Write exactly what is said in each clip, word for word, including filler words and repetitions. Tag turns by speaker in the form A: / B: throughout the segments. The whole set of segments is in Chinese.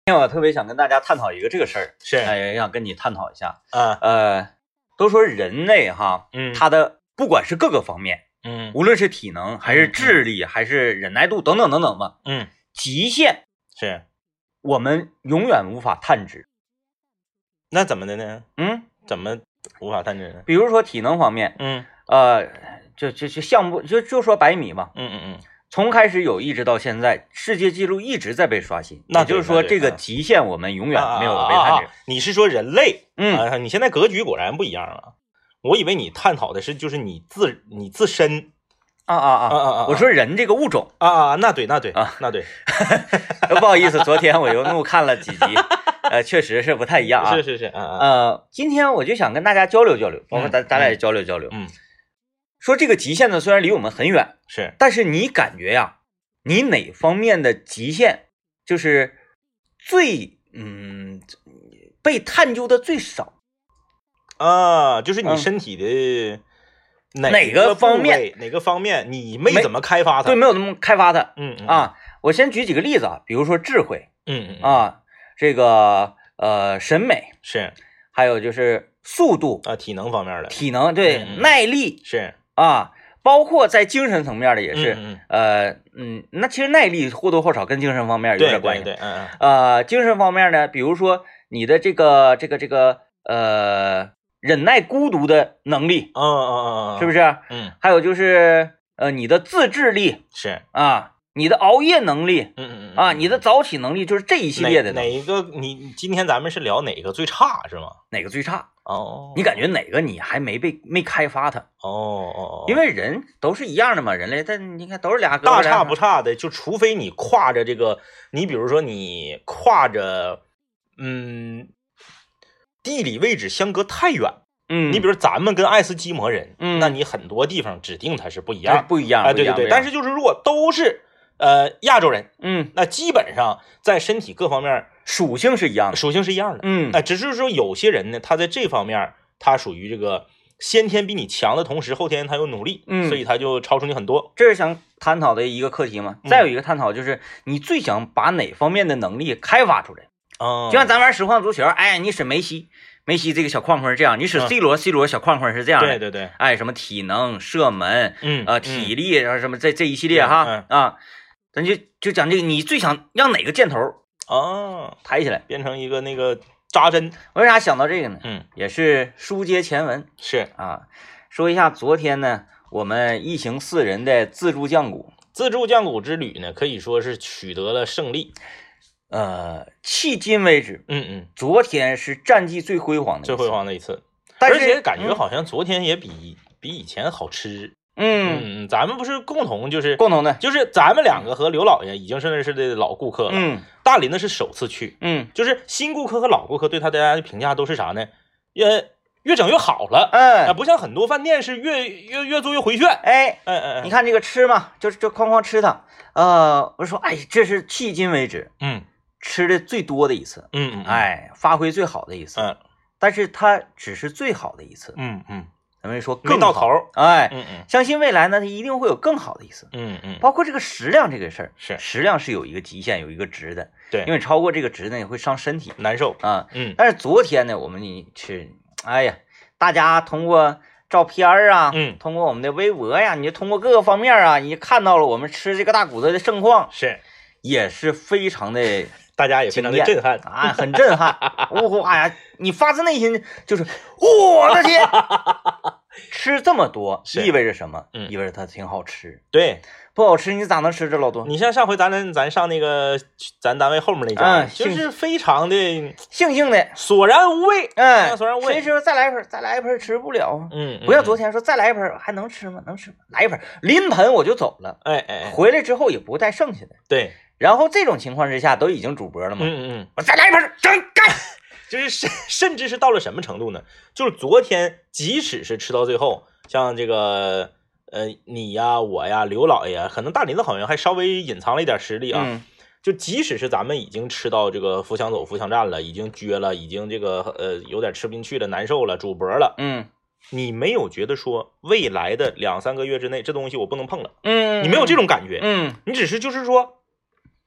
A: 今天我特别想跟大家探讨一个这个事儿，
B: 是，
A: 哎，也想跟你探讨一下。
B: 啊，
A: 呃，都说人类哈，
B: 嗯，
A: 他的不管是各个方面，
B: 嗯，
A: 无论是体能还是智力，还是忍耐度等等等等吧，
B: 嗯，
A: 极限
B: 是
A: 我们永远无法探知。
B: 那怎么的呢？
A: 嗯，
B: 怎么无法探知呢？
A: 比如说体能方面，
B: 嗯，
A: 呃，就就就项目就就说百米嘛，
B: 嗯嗯嗯，
A: 从开始有一直到现在，世界纪录一直在被刷新。
B: 那
A: 也就是说，这个极限我们永远没有被探知。
B: 啊啊啊啊你是说人类？
A: 嗯、
B: 啊，你现在格局果然不一样啊！我以为你探讨的是就是你自你自身
A: 啊啊啊
B: 啊啊！
A: 我说人这个物种
B: 啊啊，那对那对
A: 啊，
B: 那对。
A: 不好意思，昨天我又怒看了几集，呃，确实是不太一样啊。
B: 是是是，啊啊。
A: 呃，今天我就想跟大家交流交流，包括咱、嗯、咱俩也交流交流。
B: 嗯。
A: 说这个极限呢，虽然离我们很远，
B: 是，
A: 但是你感觉呀，你哪方面的极限就是最嗯被探究的最少
B: 啊？就是你身体的哪、
A: 嗯、哪个方面
B: 哪个方面你没怎么开发它？
A: 对，没有怎么开发它。
B: 嗯, 嗯
A: 啊，我先举几个例子啊，比如说智慧，
B: 嗯嗯
A: 啊，这个呃审美
B: 是，
A: 还有就是速度
B: 啊，体能方面的
A: 体能对、
B: 嗯、
A: 耐力
B: 是。
A: 啊，包括在精神层面的也是，
B: 嗯嗯
A: 呃嗯，那其实耐力或多或少跟精神方面有点关系。
B: 对对对，嗯嗯。
A: 呃，精神方面呢，比如说你的这个这个这个呃忍耐孤独的能力，
B: 嗯嗯嗯嗯，
A: 是不是？
B: 嗯。
A: 还有就是呃你的自制力
B: 是
A: 啊，你的熬夜能力，
B: 嗯嗯嗯
A: 啊，你的早起能力，就是这一系列的。
B: 哪一个你今天咱们是聊哪个最差是吗？
A: 哪个最差？
B: 哦，
A: 你感觉哪个你还没被没开发它？
B: 哦哦，
A: 因为人都是一样的嘛，人类，但你看都是俩
B: 大差不差的，就除非你跨着这个，你比如说你跨着，嗯，地理位置相隔太远，
A: 嗯，
B: 你比如咱们跟爱斯基摩人，
A: 嗯，
B: 那你很多地方指定它是不一样，
A: 不一样，
B: 哎，对对对，但是就是如果都是呃亚洲人，
A: 嗯，
B: 那基本上在身体各方面
A: 属性是一样的，
B: 属性是一样的，
A: 嗯，
B: 哎，只是说有些人呢，他在这方面他属于这个先天比你强的同时，后天他又努力，
A: 嗯，
B: 所以他就超出你很多。
A: 这是想探讨的一个课题嘛。
B: 嗯、
A: 再有一个探讨就是你最想把哪方面的能力开发出来？
B: 哦，
A: 就像咱玩实况足球，哎，你使梅西，梅西这个小框框是这样，你使 C 罗、嗯、，C 罗小框框是这样的。
B: 对对对，
A: 哎，什么体能、射门，
B: 嗯，
A: 呃，体力，然后什么这这一系列哈、
B: 嗯、
A: 啊，咱就就讲这个，你最想让哪个箭头
B: 哦
A: 抬起来，
B: 变成一个那个扎针？
A: 为啥想到这个呢？
B: 嗯，
A: 也是书接前文，
B: 是
A: 啊，说一下昨天呢，我们一行四人的自助降谷，
B: 自助降谷之旅呢，可以说是取得了胜利。
A: 呃，迄今为止，
B: 嗯嗯，
A: 昨天是战绩最辉煌的
B: 最辉煌的一次，
A: 但是
B: 而且感觉好像昨天也比、嗯、比以前好吃。
A: 嗯
B: 嗯，咱们不是共同就是
A: 共同的，
B: 就是咱们两个和刘老爷已经是是的老顾客了。
A: 嗯，
B: 大林呢是首次去，
A: 嗯，
B: 就是新顾客和老顾客对他大家的评价都是啥呢？越越整越好了，
A: 哎、
B: 嗯，不像很多饭店是越越越做越回旋。
A: 哎
B: 哎哎，
A: 你看这个吃嘛，就是就哐哐吃它，呃，我说哎，这是迄今为止，
B: 嗯，
A: 吃的最多的一次，
B: 嗯嗯，
A: 哎，发挥最好的一次，
B: 嗯，
A: 但是它只是最好的一次，
B: 嗯嗯。
A: 咱们说更
B: 到头，
A: 哎，
B: 嗯嗯，
A: 相信未来呢，它一定会有更好的一次，
B: 嗯嗯，
A: 包括这个食量这个事儿，
B: 是
A: 食量是有一个极限，有一个值的，
B: 对，
A: 因为超过这个值呢，也会伤身体，
B: 难受
A: 啊，
B: 嗯，
A: 但是昨天呢，我们你吃，哎呀，大家通过照片啊，
B: 嗯，
A: 通过我们的微博呀，你就通过各个方面啊，你看到了我们吃这个大骨头的盛况，
B: 是，
A: 也是非常的。
B: 大家也非常的震撼
A: 啊，很震撼！哇呀，你发自内心就是我的天，吃这么多意味着什么？
B: 嗯，
A: 意味着它挺好吃。
B: 对，
A: 不好吃你咋能吃这老多？
B: 你像上回咱咱上那个咱单位后面那家，
A: 嗯，
B: 就是非常的
A: 悻悻的，
B: 索然无味。
A: 嗯，
B: 索然无味。
A: 谁说再来一盆？再来一盆吃不了。
B: 嗯，
A: 不像昨天说再来一盆还能吃吗？能吃吗？来一盆，临盆我就走了。
B: 哎哎，
A: 回来之后也不带剩下的。
B: 对。
A: 然后这种情况之下都已经主播了嘛，
B: 嗯嗯嗯，
A: 我再来一盆，整干，
B: 就是甚甚至是到了什么程度呢？就是昨天，即使是吃到最后，像这个呃你呀、我呀、刘老爷呀，可能大林子好像还稍微隐藏了一点实力啊。
A: 嗯、
B: 就即使是咱们已经吃到这个扶墙走、扶墙站了，已经撅了，已经这个呃有点吃不进去了，难受了，主脖了，
A: 嗯，
B: 你没有觉得说未来的两三个月之内这东西我不能碰了，
A: 嗯，
B: 你没有这种感觉，
A: 嗯，
B: 你只是就是说。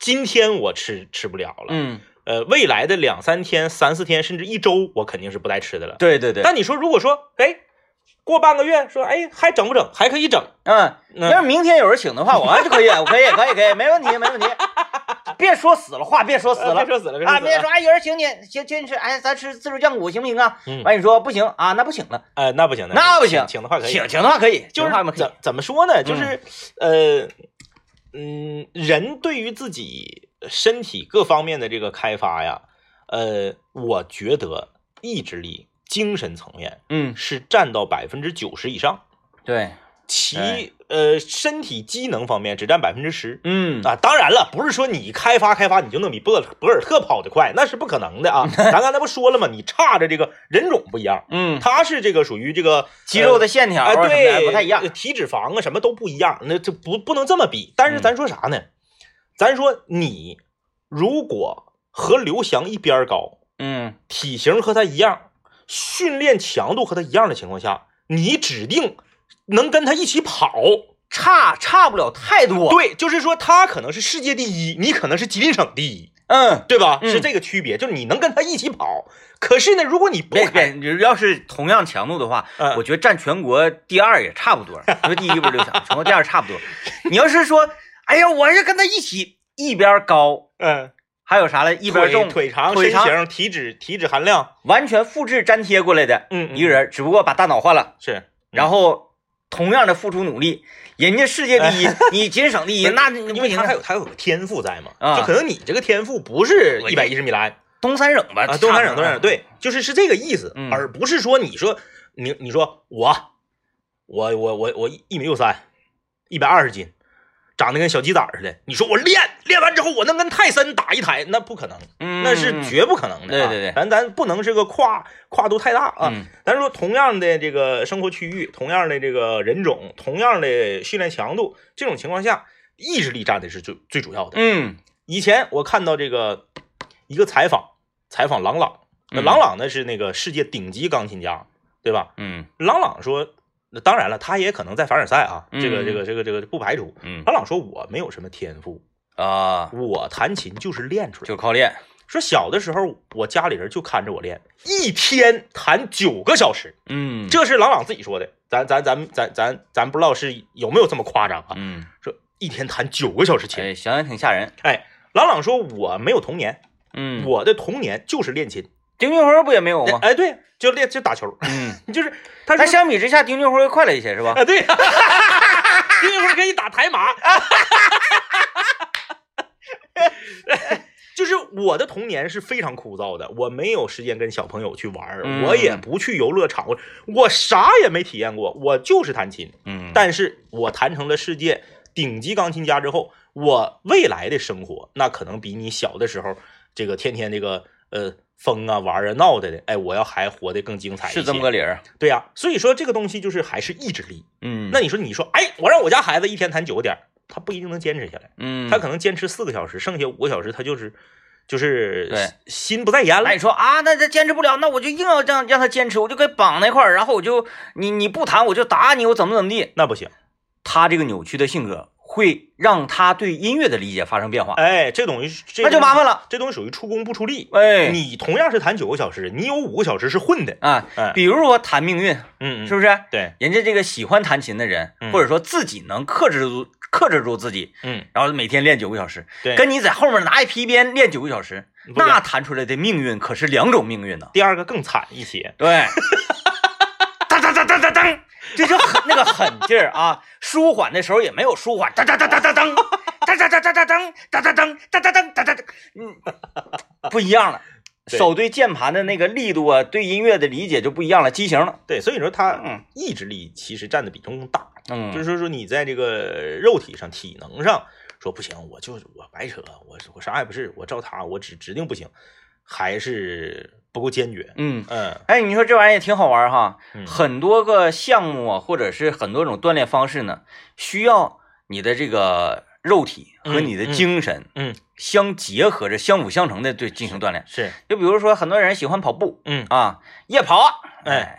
B: 今天我吃吃不了了，
A: 嗯，
B: 呃，未来的两三天、三四天，甚至一周，我肯定是不带吃的了。
A: 对对对。
B: 但你说，如果说，哎，过半个月，说，哎，还整不整？还可以整。
A: 嗯，要是明天有人请的话，我还是可以，我可以，可以，可以，没问题，没问题。别说死了话，别说死了，
B: 别说死了
A: 啊！别说哎，有人请你，请请你吃，哎，咱吃自助酱骨行不行啊？
B: 嗯，
A: 完你说不行啊，那不请了。
B: 哎，那不行，
A: 那不行，
B: 请的话可以，
A: 请请的话可以，
B: 就是怎怎么说呢？就是呃，嗯，人对于自己身体各方面的这个开发呀，呃，我觉得意志力、精神层面，
A: 嗯，
B: 是占到百分之九十以上。
A: 对。
B: 其呃身体机能方面只占百分之十，
A: 嗯
B: 啊，当然了，不是说你开发开发你就能比博尔博尔特跑得快，那是不可能的啊。咱刚才不说了吗？你差着这个人种不一样，
A: 嗯，
B: 他是这个属于这个
A: 肌肉的线条，
B: 哎、呃，对，
A: 不太一样，
B: 体脂肪啊什么都不一样，那这不不能这么比。但是咱说啥呢？嗯、咱说你如果和刘翔一边高，
A: 嗯，
B: 体型和他一样，训练强度和他一样的情况下，你指定能跟他一起跑，
A: 差差不了太多。
B: 对，就是说他可能是世界第一，你可能是吉林省第一，
A: 嗯，
B: 对吧？
A: 嗯、
B: 是这个区别，就是你能跟他一起跑。可是呢，如果你不
A: 别别，要是同样强度的话，
B: 嗯、
A: 我觉得占全国第二也差不多。因为第一不是刘翔，全国第二差不多。你要是说，哎呀，我是跟他一起，一边高，
B: 嗯。
A: 还有啥嘞？一边重，
B: 腿长、
A: 腿长
B: 身形、体脂、体脂含量，
A: 完全复制粘贴过来的，
B: 嗯，
A: 一个人，只不过把大脑换了，
B: 是，
A: 然后同样的付出努力，人家世界第一，你吉林省第一，那
B: 因为他还有他有个天赋在嘛，
A: 啊，
B: 就可能你这个天赋不是一百一十米栏，
A: 东三省吧，
B: 啊，东三省，东三省，对，就是是这个意思，
A: 嗯、
B: 而不是说你说你你说我我我我我一米六三，一百二十斤。长得跟小鸡崽似的，你说我练练完之后，我能跟泰森打一台，那不可能，
A: 嗯、
B: 那是绝不可能的、
A: 啊。对对对，
B: 咱咱不能是个跨跨度太大啊。
A: 嗯、
B: 咱说同样的这个生活区域，同样的这个人种，同样的训练强度，这种情况下，意志力占的是最最主要的。
A: 嗯，
B: 以前我看到这个一个采访，采访郎朗，那郎朗呢是那个世界顶级钢琴家，对吧？
A: 嗯，
B: 郎朗说。那当然了，他也可能在凡尔赛啊，
A: 嗯、
B: 这个这个这个这个不排除。
A: 嗯，
B: 郎朗说我没有什么天赋
A: 啊，
B: 我弹琴就是练出来，
A: 就靠练。
B: 说小的时候我家里人就看着我练，一天弹九个小时。
A: 嗯，
B: 这是郎朗自己说的，咱咱咱咱咱咱不知道是有没有这么夸张啊？
A: 嗯，
B: 说一天弹九个小时琴，
A: 哎，想想挺吓人。
B: 哎，郎朗说我没有童年，
A: 嗯，
B: 我的童年就是练琴。
A: 丁俊晖不也没有吗？
B: 哎，对，就练就打球。
A: 嗯，
B: 就是他
A: 他相比之下，丁俊晖快了一些，是吧？
B: 啊，对，丁俊晖可以打台马。就是我的童年是非常枯燥的，我没有时间跟小朋友去玩，
A: 嗯、
B: 我也不去游乐场，我啥也没体验过，我就是弹琴。
A: 嗯，
B: 但是我弹成了世界顶级钢琴家之后，我未来的生活那可能比你小的时候这个天天这个呃。疯啊玩啊闹的的，哎，我要还活得更精彩一些，
A: 是这么个理儿。
B: 对呀、啊，所以说这个东西就是还是意志力。
A: 嗯，
B: 那你说你说，哎，我让我家孩子一天弹九个点，他不一定能坚持下来。
A: 嗯，
B: 他可能坚持四个小时，剩下五个小时他就是就是
A: 对
B: 心不在焉了。
A: 那你说啊，那他坚持不了，那我就硬要这样让他坚持，我就给绑那块儿，然后我就你你不弹我就打你，我怎么怎么地？
B: 那不行，
A: 他这个扭曲的性格。会让他对音乐的理解发生变化，
B: 哎，这东西
A: 那就麻烦了。
B: 这东西属于出工不出力，
A: 哎，
B: 你同样是弹九个小时，你有五个小时是混的
A: 啊。
B: 哎、
A: 比如说弹命运，
B: 嗯，
A: 是不是？
B: 对，
A: 人家这个喜欢弹琴的人，
B: 嗯、
A: 或者说自己能克制住克制住自己，
B: 嗯，
A: 然后每天练九个小时，
B: 对，
A: 跟你在后面拿一皮鞭练九个小时，那弹出来的命运可是两种命运呢。
B: 第二个更惨一些，
A: 对，当当当当当当。这就很那个狠劲儿啊！舒缓的时候也没有舒缓，当当当当当当，当当当当当当当当当当当当当，嗯，不一样了。手对键盘的那个力度啊，对音乐的理解就不一样了，畸形了。
B: 对，所以说他意志力其实占的比重更大。
A: 嗯，
B: 就是说你在这个肉体上、体能上说不行，我就我白扯，我我啥也不是，我照他，我指指定不行，还是。不够坚决，
A: 嗯
B: 嗯，
A: 哎，你说这玩意儿也挺好玩哈，
B: 嗯、
A: 很多个项目啊，或者是很多种锻炼方式呢，需要你的这个肉体和你的精神，
B: 嗯，嗯
A: 相结合着、相辅相成的对进行锻炼。
B: 是，
A: 就比如说很多人喜欢跑步，
B: 嗯
A: 啊，夜跑，
B: 哎，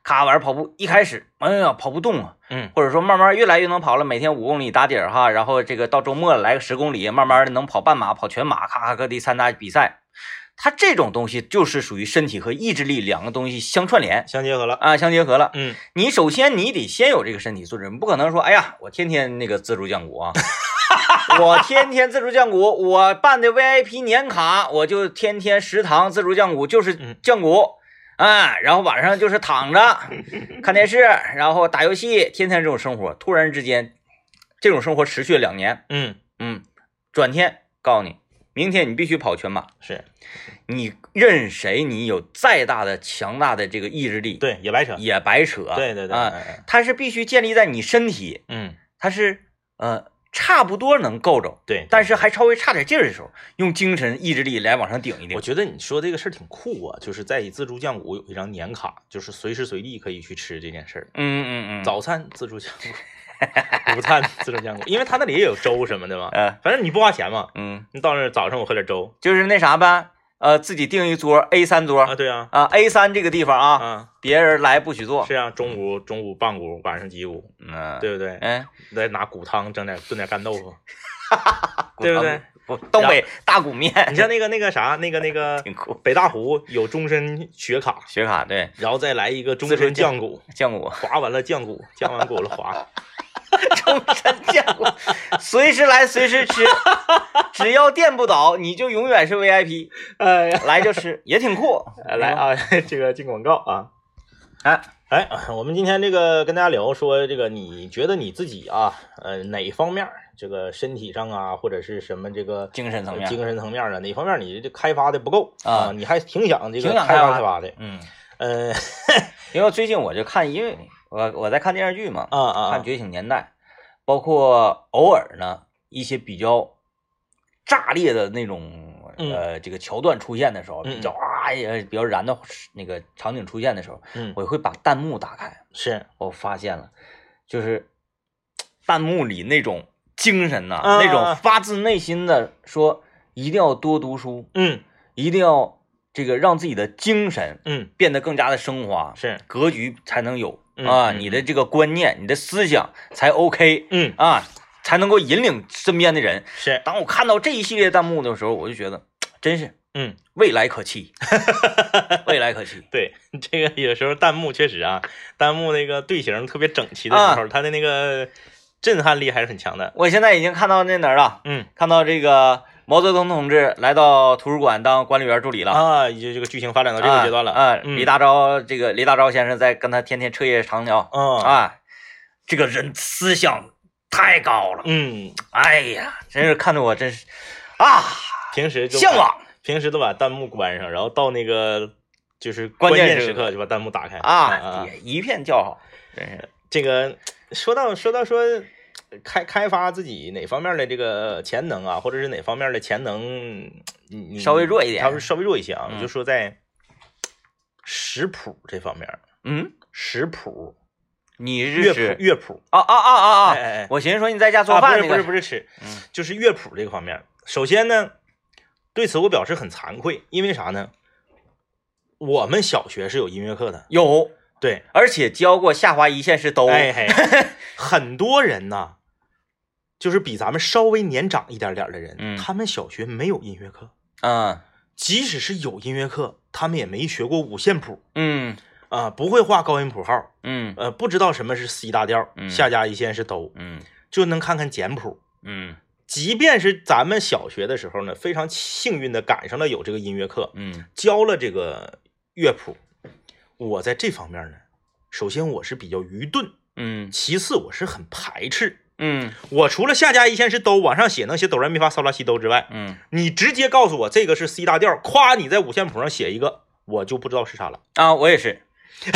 A: 咔玩跑步，一开始哎呀跑不动啊，
B: 嗯，
A: 或者说慢慢越来越能跑了，每天五公里打底儿哈，然后这个到周末来个十公里，慢慢的能跑半马、跑全马，咔咔各地参加比赛。它这种东西就是属于身体和意志力两个东西相串联、
B: 相结合了
A: 啊，相结合了。
B: 嗯，
A: 你首先你得先有这个身体素质，你不可能说，哎呀，我天天那个自助降骨啊，我天天自助降骨，我办的 V I P 年卡，我就天天食堂自助降骨就是降骨。啊，然后晚上就是躺着看电视，然后打游戏，天天这种生活，突然之间，这种生活持续了两年，
B: 嗯
A: 嗯，转天告诉你，明天你必须跑全马，
B: 是
A: 你任谁，你有再大的强大的这个意志力，
B: 对，也白扯，
A: 也白扯，
B: 对对对
A: 啊，它是必须建立在你身体，
B: 嗯，
A: 它是呃差不多能够着，
B: 对，
A: 但是还稍微差点劲儿的时候，用精神意志力来往上顶一顶。
B: 我觉得你说这个事儿挺酷啊，就是在自助酱骨有一张年卡，就是随时随地可以去吃这件事儿。
A: 嗯嗯嗯，
B: 早餐自助酱骨，午餐自助酱骨，因为他那里也有粥什么的嘛，
A: 呃，
B: 反正你不花钱嘛，
A: 嗯，
B: 你到那儿早上我喝点粥，
A: 就是那啥呗。呃，自己订一桌 A 三桌
B: 啊，对啊，
A: 啊 A 三这个地方啊，
B: 啊，
A: 别人来不许坐。
B: 是啊，中午中午棒骨，晚上鸡骨，
A: 嗯，
B: 对不对？
A: 嗯，
B: 再拿骨汤整点炖点干豆腐，对不对？
A: 不，东北大骨面。
B: 你像那个那个啥，那个那个
A: 挺酷，
B: 北大湖有终身学卡，
A: 学卡对，
B: 然后再来一个终身酱骨，
A: 酱骨
B: 划完了酱骨，酱完骨了划。
A: 终身酱骨，随时来随时吃，只要店不倒，你就永远是 V I P。
B: 哎呀，
A: 来就吃，也挺酷。
B: 来啊，这个进广告啊。
A: 哎
B: 哎，我们今天这个跟大家聊说，这个你觉得你自己啊，呃，哪方面这个身体上啊，或者是什么这个
A: 精神层面、
B: 精神层面啊，哪方面你这开发的不够
A: 啊？
B: 你还挺想这个
A: 开
B: 发开发的。
A: 嗯，
B: 呃，
A: 因为最近我就看，因为我我在看电视剧嘛，
B: 啊啊，
A: 看《觉醒年代》，包括偶尔呢一些比较炸裂的那种呃这个桥段出现的时候，比较啊也比较燃的那个场景出现的时候，
B: 嗯，
A: 我会把弹幕打开，
B: 是
A: 我发现了，就是弹幕里那种精神呐、
B: 啊，
A: 那种发自内心的说一定要多读书，
B: 嗯，
A: 一定要这个让自己的精神
B: 嗯
A: 变得更加的升华，
B: 是
A: 格局才能有
B: 嗯
A: 啊，
B: 嗯
A: 你的这个观念、你的思想才 OK，
B: 嗯
A: 啊，才能够引领身边的人。
B: 是，
A: 当我看到这一系列弹幕的时候，我就觉得真是，
B: 嗯，
A: 未来可期，未来可期。
B: 对，这个有时候弹幕确实啊，弹幕那个队形特别整齐的时候，它的那个震撼力还是很强的。
A: 我现在已经看到那哪儿了，
B: 嗯，
A: 看到这个毛泽东同志来到图书馆当管理员助理了
B: 啊，已经这个剧情发展到这个阶段了
A: 啊。嗯、李大钊这个李大钊先生在跟他天天彻夜长聊，
B: 嗯
A: 啊，这个人思想太高了，
B: 嗯，
A: 哎呀，真是看得我真是啊，
B: 平时就
A: 向往，
B: 平时都把弹幕关上，然后到那个就是
A: 关
B: 键
A: 时
B: 刻就把弹幕打开
A: 啊，
B: 啊
A: 一片叫好，真是
B: 这个说到说到说。开开发自己哪方面的这个潜能啊，或者是哪方面的潜能，你你
A: 稍微弱一点，
B: 稍微稍微弱一些啊。
A: 嗯、
B: 我就说在食谱这方面，
A: 嗯，
B: 食谱，
A: 你
B: 是乐谱乐谱
A: 啊啊啊啊啊！
B: 哎哎，
A: 我寻思说你在家做饭、那
B: 个啊，不是不是不是吃，
A: 嗯，
B: 就是乐谱这个方面。首先呢，对此我表示很惭愧，因为啥呢？我们小学是有音乐课的，
A: 有
B: 对，
A: 而且教过下滑一线是都，
B: 哎嘿，很多人呐。就是比咱们稍微年长一点点的人，
A: 嗯，
B: 他们小学没有音乐课，
A: 嗯，
B: 即使是有音乐课，他们也没学过五线谱，
A: 嗯，
B: 啊、呃，不会画高音谱号，
A: 嗯，
B: 呃，不知道什么是 C 大调，
A: 嗯，
B: 下加一线是哆，
A: 嗯，
B: 就能看看简谱，
A: 嗯，
B: 即便是咱们小学的时候呢，非常幸运的赶上了有这个音乐课，
A: 嗯，
B: 教了这个乐谱，我在这方面呢，首先我是比较愚钝，
A: 嗯，
B: 其次我是很排斥。
A: 嗯，
B: 我除了下加一线是哆，往上写能写哆来咪发嗦拉西哆之外，
A: 嗯，
B: 你直接告诉我这个是 C 大调，夸你在五线谱上写一个，我就不知道是啥了
A: 啊！我也是，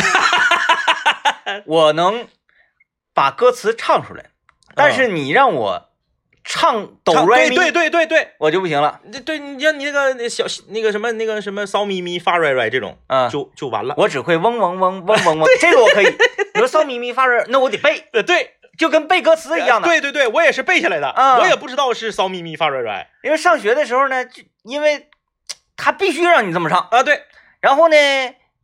A: 我能把歌词唱出来，但是你让我唱哆来咪，
B: 对对对对对，
A: 我就不行了。
B: 对对，你像你那个小那个什么那个什么骚咪咪发瑞瑞这种，
A: 啊，
B: 就就完了。
A: 我只会嗡嗡嗡嗡嗡嗡，这个我可以。你说骚咪咪发瑞，那我得背。
B: 对对。
A: 就跟背歌词一样的，
B: 对对对，我也是背下来的，
A: 啊、
B: 我也不知道是骚咪咪发软软，
A: 因为上学的时候呢，就因为他必须让你这么唱
B: 啊，对，
A: 然后呢，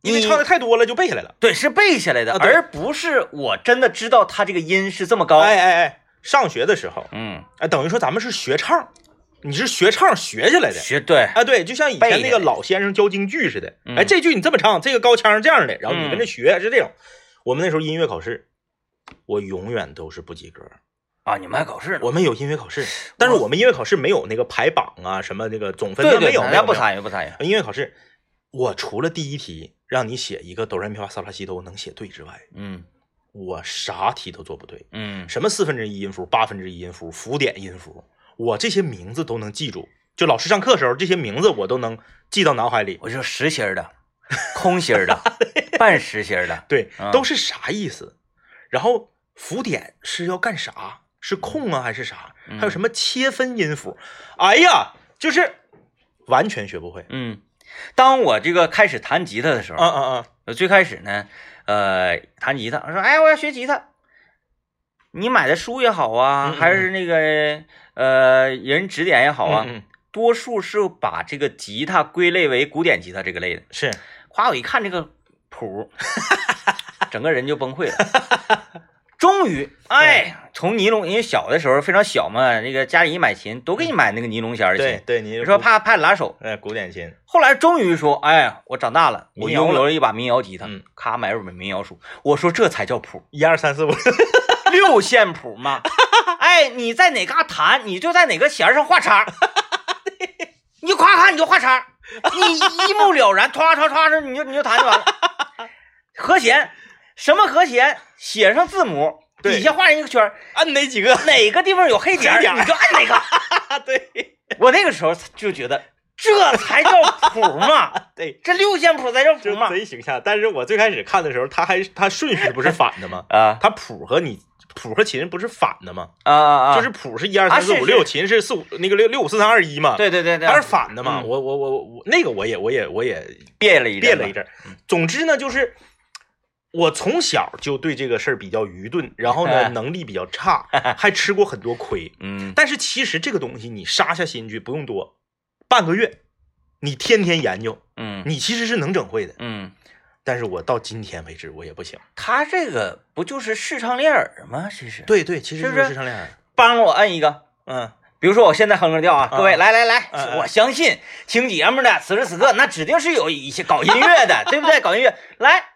B: 因为唱的太多了就背下来了。
A: 对，是背下来的，
B: 啊、
A: 而不是我真的知道他这个音是这么高。
B: 哎哎哎，上学的时候，
A: 嗯，
B: 哎，等于说咱们是学唱，你是学唱学下来的。
A: 学对，
B: 哎对，就像以前那个老先生教京剧似的。
A: 嗯、
B: 哎，这句你这么唱，这个高腔这样的，然后你跟着学，嗯、是这种。我们那时候音乐考试，我永远都是不及格。
A: 啊，你们还考试呢？
B: 我们有音乐考试，但是我们音乐考试没有那个排榜啊，什么那个总分
A: 对对
B: 没有，没有
A: 不参与不参与。
B: 音乐考试，我除了第一题让你写一个哆来咪发嗦拉西哆能写对之外，
A: 嗯，
B: 我啥题都做不对。
A: 嗯，
B: 什么四分之一音符、八分之一音符、符点音符，我这些名字都能记住。就老师上课的时候，这些名字我都能记到脑海里。
A: 我就实心的、空心的、半实心的，
B: 对，都是啥意思？然后符点是要干啥？是空啊还是啥？还有什么切分音符？哎呀，就是完全学不会。
A: 嗯，当我这个开始弹吉他的时候，
B: 啊啊啊！
A: 最开始呢，呃，弹吉他，我说，哎，我要学吉他。你买的书也好啊，
B: 嗯嗯
A: 还是那个呃人指点也好啊，
B: 嗯嗯
A: 多数是把这个吉他归类为古典吉他这个类的。
B: 是，
A: 夸我一看这个谱，整个人就崩溃了。终于，哎，从尼龙，因为小的时候非常小嘛，那个家里一买琴都给你买那个尼龙弦的琴，
B: 对对，你
A: 说怕怕拉手，
B: 哎，古典琴。
A: 后来终于说，哎，我长大了，我拥有了一把民谣吉他，
B: 嗯，
A: 咔买了本民谣书，我说这才叫谱，
B: 一二三四五，
A: 六线谱嘛，哎，你在哪嘎弹，你就在哪个弦上画叉，你就夸夸你就画叉，你一目了然，唰唰唰你就你就弹就完了，和弦。什么和弦写上字母，底下画一个圈，
B: 按哪几个？
A: 哪个地方有黑点，你就按哪个。
B: 对，
A: 我那个时候就觉得这才叫谱嘛。
B: 对，
A: 这六线谱才叫谱嘛，
B: 贼形象。但是我最开始看的时候，它还它顺序不是反的吗？
A: 啊，
B: 它谱和你谱和琴不是反的吗？
A: 啊啊啊！
B: 就是谱是一二三四五六，琴是四五那个六六五四三二一嘛。
A: 对对对对，
B: 它是反的嘛。
A: 嗯、
B: 我我我我那个我也我也我也
A: 别了一
B: 别了一阵。总之呢，就是。我从小就对这个事儿比较愚钝，然后呢能力比较差，还吃过很多亏。
A: 嗯，
B: 但是其实这个东西你杀下心去不用多，半个月，你天天研究，
A: 嗯，
B: 你其实是能整会的。
A: 嗯，
B: 但是我到今天为止我也不行。
A: 他这个不就是视唱练耳吗？其实
B: 对对，其实就是视唱练耳。
A: 帮我摁一个，
B: 嗯，
A: 比如说我现在哼个调啊，
B: 嗯、
A: 各位来来来，
B: 嗯、
A: 我相信听节目的此时此刻那指定是有一些搞音乐的，对不对？搞音乐来。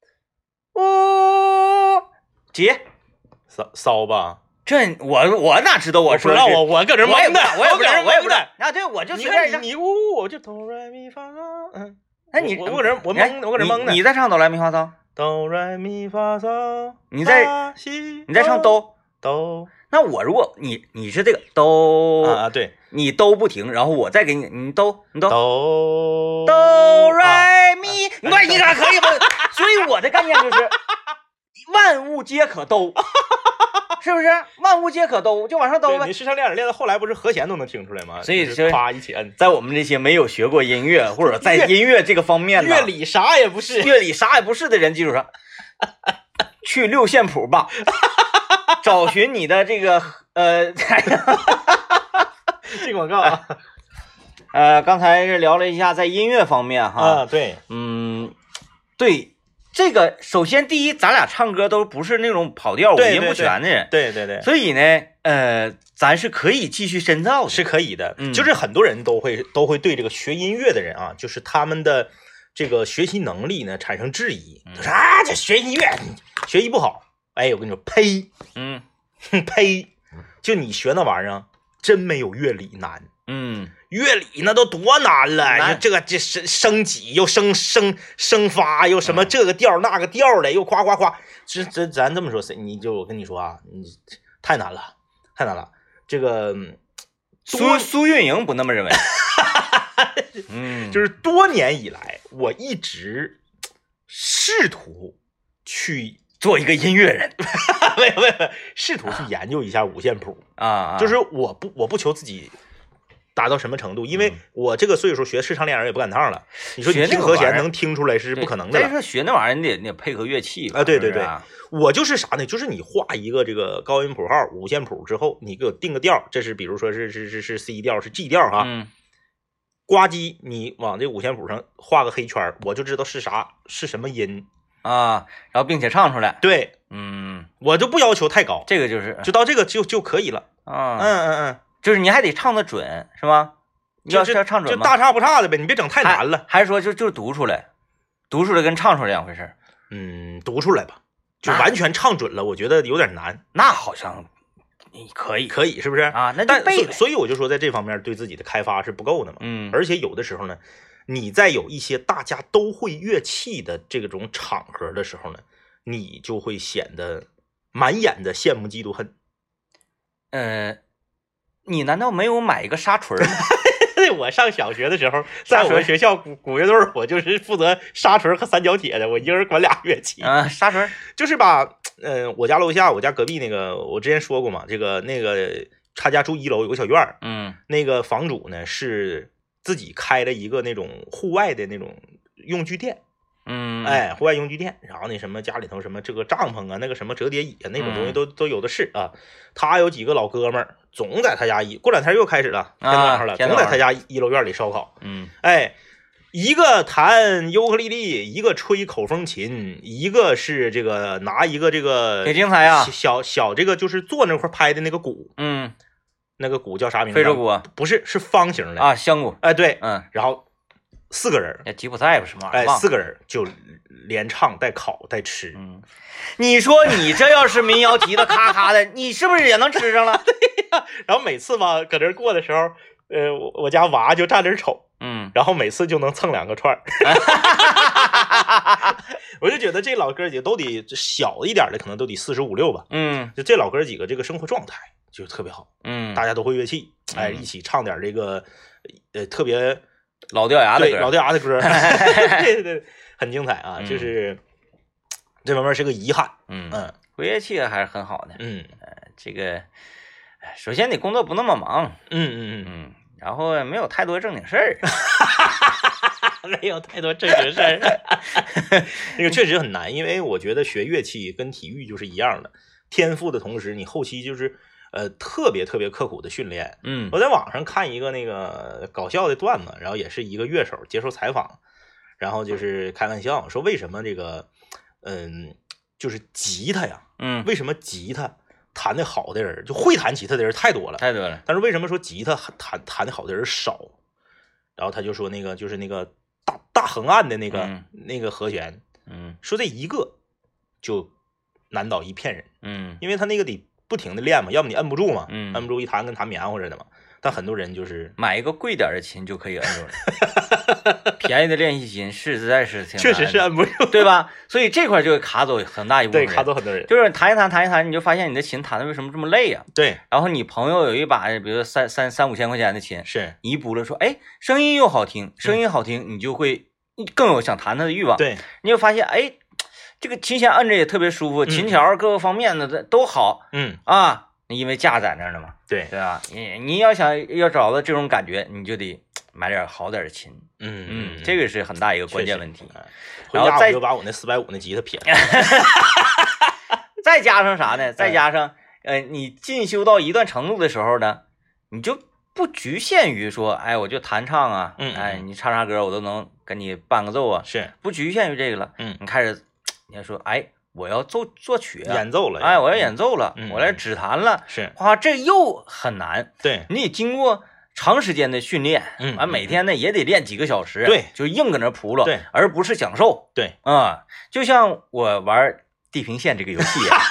A: 哦，姐，
B: 骚骚吧？
A: 这我我哪知道我说
B: 不知道我我搁这蒙的，
A: 我也不知道，我也不知道
B: 啊！
A: 对，我就
B: 你看你你呜，我就哆来咪发，嗯，
A: 那你
B: 我我搁这我蒙，我搁这蒙的。
A: 你在唱哆来咪发嗦，
B: 哆来咪发嗦，
A: 你在你在唱哆
B: 哆。
A: 那我如果你你是这个哆
B: 啊，对，
A: 你哆不停，然后我再给你你哆你哆
B: 哆
A: 哆来咪，你看你咋可以不？所以我的概念就是万物皆可哆，是不是？万物皆可哆，就往上哆呗。
B: 你视唱练耳练到后来不是和弦都能听出来吗？
A: 所以
B: 就是夸一起摁。
A: 在我们这些没有学过音乐或者在音乐这个方面
B: 乐理啥也不是，
A: 乐理啥也不是的人基础上，去六线谱吧。找寻你的这个呃，
B: 这广告啊，
A: 呃，刚才是聊了一下在音乐方面哈，
B: 啊，对，
A: 嗯，对，这个首先第一，咱俩唱歌都不是那种跑调五音不全的人，
B: 对对 对, 对，
A: 所以呢，呃，咱是可以继续深造的，
B: 是可以的，
A: 嗯，
B: 就是很多人都会都会对这个学音乐的人啊，就是他们的这个学习能力呢产生质疑，就是啊，这学音乐学习不好。哎，我跟你说，呸，
A: 嗯，
B: 呸，就你学那玩意儿，真没有乐理难，
A: 嗯，
B: 乐理那都多难了，难这个这升升几又升升升发又什么这个调、嗯、那个调的又夸夸夸，这这咱这么说，你就我跟你说啊，你太难了，太难了，这个
A: 苏苏运莹不那么认为，嗯，
B: 就是多年以来，我一直试图去。
A: 做一个音乐人，
B: 没有没有，试图去研究一下五线谱
A: 啊，
B: 就是我不我不求自己达到什么程度，因为我这个岁数学视唱练耳也不赶趟了。你说你听和弦能听出来是不可能的了。
A: 再说学那玩意儿，你得你得配合乐器
B: 啊，对对对，我就是啥呢？就是你画一个这个高音谱号五线谱之后，你给我定个调，这是比如说是是是是 C 调是 G 调哈，
A: 嗯，
B: 呱唧，你往这五线谱上画个黑圈，我就知道是啥是什么音
A: 啊，然后并且唱出来。
B: 对，
A: 嗯，
B: 我就不要求太高，
A: 这个就是
B: 就到这个就就可以了。
A: 啊，
B: 嗯嗯嗯，
A: 就是你还得唱得准，是吗？你要是要唱准吗？
B: 就大差不差的呗，你别整太难了。
A: 还是说就就读出来，读出来跟唱出来两回事？
B: 嗯，读出来吧，就完全唱准了，我觉得有点难。
A: 那好像你可以，
B: 可以是不是
A: 啊？那
B: 就
A: 背。
B: 所以我就说，在这方面对自己的开发是不够的嘛。
A: 嗯，
B: 而且有的时候呢，你在有一些大家都会乐器的这种场合的时候呢，你就会显得满眼的羡慕嫉妒恨。
A: 呃，你难道没有买一个沙锤吗？
B: 我上小学的时候，在我们学校鼓鼓乐队，我就是负责沙锤和三角铁的，我一个人管俩乐器。
A: 啊，沙锤
B: 就是把，嗯、呃，我家楼下，我家隔壁那个，我之前说过嘛，这个那个他家住一楼有个小院儿，
A: 嗯，
B: 那个房主呢是自己开了一个那种户外的那种用具店。
A: 嗯，
B: 哎，户外用具店，然后那什么家里头什么这个帐篷啊，那个什么折叠椅啊，那种东西都、嗯、都有的是啊。他有几个老哥们儿，总在他家一过两天又开始了，天晚上了，总在他家一楼院里烧烤。
A: 嗯，
B: 哎，一个弹尤克里里，一个吹口风琴，一个是这个拿一个这个
A: 挺精彩啊，
B: 小小这个就是坐那块拍的那个鼓，
A: 嗯，
B: 那个鼓叫啥名字？
A: 非洲鼓？
B: 不是，是方形的
A: 啊，香鼓。
B: 哎，对，
A: 嗯，
B: 然后。四个人，
A: 吉普赛不是吗？
B: 哎，四个人就连唱带烤带吃。
A: 嗯，你说你这要是民谣提的咔咔的，你是不是也能吃上了？
B: 对呀。然后每次吧，搁这过的时候，呃，我我家娃就站这瞅，
A: 嗯，
B: 然后每次就能蹭两个串儿。我就觉得这老哥几个都得小一点的，可能都得四十五六吧。
A: 嗯，
B: 就这老哥几个这个生活状态就特别好。
A: 嗯，
B: 大家都会乐器，哎，一起唱点这个呃特别。
A: 老掉牙的歌，
B: 对老掉牙的歌，对对，很精彩啊！
A: 嗯、
B: 就是这方面是个遗憾。
A: 嗯嗯，会乐器还是很好的。
B: 嗯，
A: 呃，这个首先你工作不那么忙，
B: 嗯嗯嗯
A: 嗯，然后没有太多正经事儿，
B: 没有太多正经事儿，那个确实很难，因为我觉得学乐器跟体育就是一样的，天赋的同时，你后期就是。呃，特别特别刻苦的训练。
A: 嗯，
B: 我在网上看一个那个搞笑的段子，然后也是一个乐手接受采访，然后就是开玩笑说为什么这个，嗯，就是吉他呀，
A: 嗯，
B: 为什么吉他弹的好的人就会弹吉他的人太多了，
A: 太多了，
B: 但是为什么说吉他弹弹的好的人少？然后他就说那个就是那个大大横按的那个、
A: 嗯、
B: 那个和弦，
A: 嗯，
B: 说这一个就难倒一片人，
A: 嗯，
B: 因为他那个得。不停的练嘛，要么你摁不住嘛，
A: 嗯，
B: 摁不住一弹跟弹棉花似的嘛。但很多人就是
A: 买一个贵点的琴就可以摁住了，便宜的练习琴实在是挺
B: 确实是摁不住，
A: 对吧？所以这块就会卡走很大一部分人，
B: 对，卡走很多人。
A: 就是弹一弹弹一弹，你就发现你的琴弹的为什么这么累呀、啊？
B: 对。
A: 然后你朋友有一把，比如说三三三五千块钱的琴，
B: 是
A: 你一补了说，哎，声音又好听，声音好听，嗯、你就会更有想弹它的欲望。
B: 对，
A: 你就发现，哎，这个琴弦摁着也特别舒服，琴条各个方面的都好，
B: 嗯
A: 啊。因为价在那儿呢嘛，
B: 对
A: 对吧？你你要想要找到这种感觉，你就得买点好点的琴，
B: 嗯
A: 嗯，这个是很大一个关键问题。
B: 然后再就把我那四百五那吉他撇了，
A: 再加上啥呢？再加上呃，你进修到一段程度的时候呢，你就不局限于说，哎，我就弹唱啊，
B: 嗯，
A: 哎，你唱啥歌我都能跟你伴个奏啊，
B: 是
A: 不局限于这个了，
B: 嗯，
A: 你开始你要说，哎。我要作作曲、啊，
B: 演奏了，
A: 哎，我要演奏了，
B: 嗯、
A: 我来指弹了，
B: 是，
A: 哇，这又很难，
B: 对，
A: 你得经过长时间的训练，
B: 嗯，
A: 完每天呢也得练几个小时，
B: 对，
A: 就硬搁那扑了，
B: 对，
A: 而不是享受，
B: 对，
A: 啊、嗯，就像我玩地平线这个游戏、啊。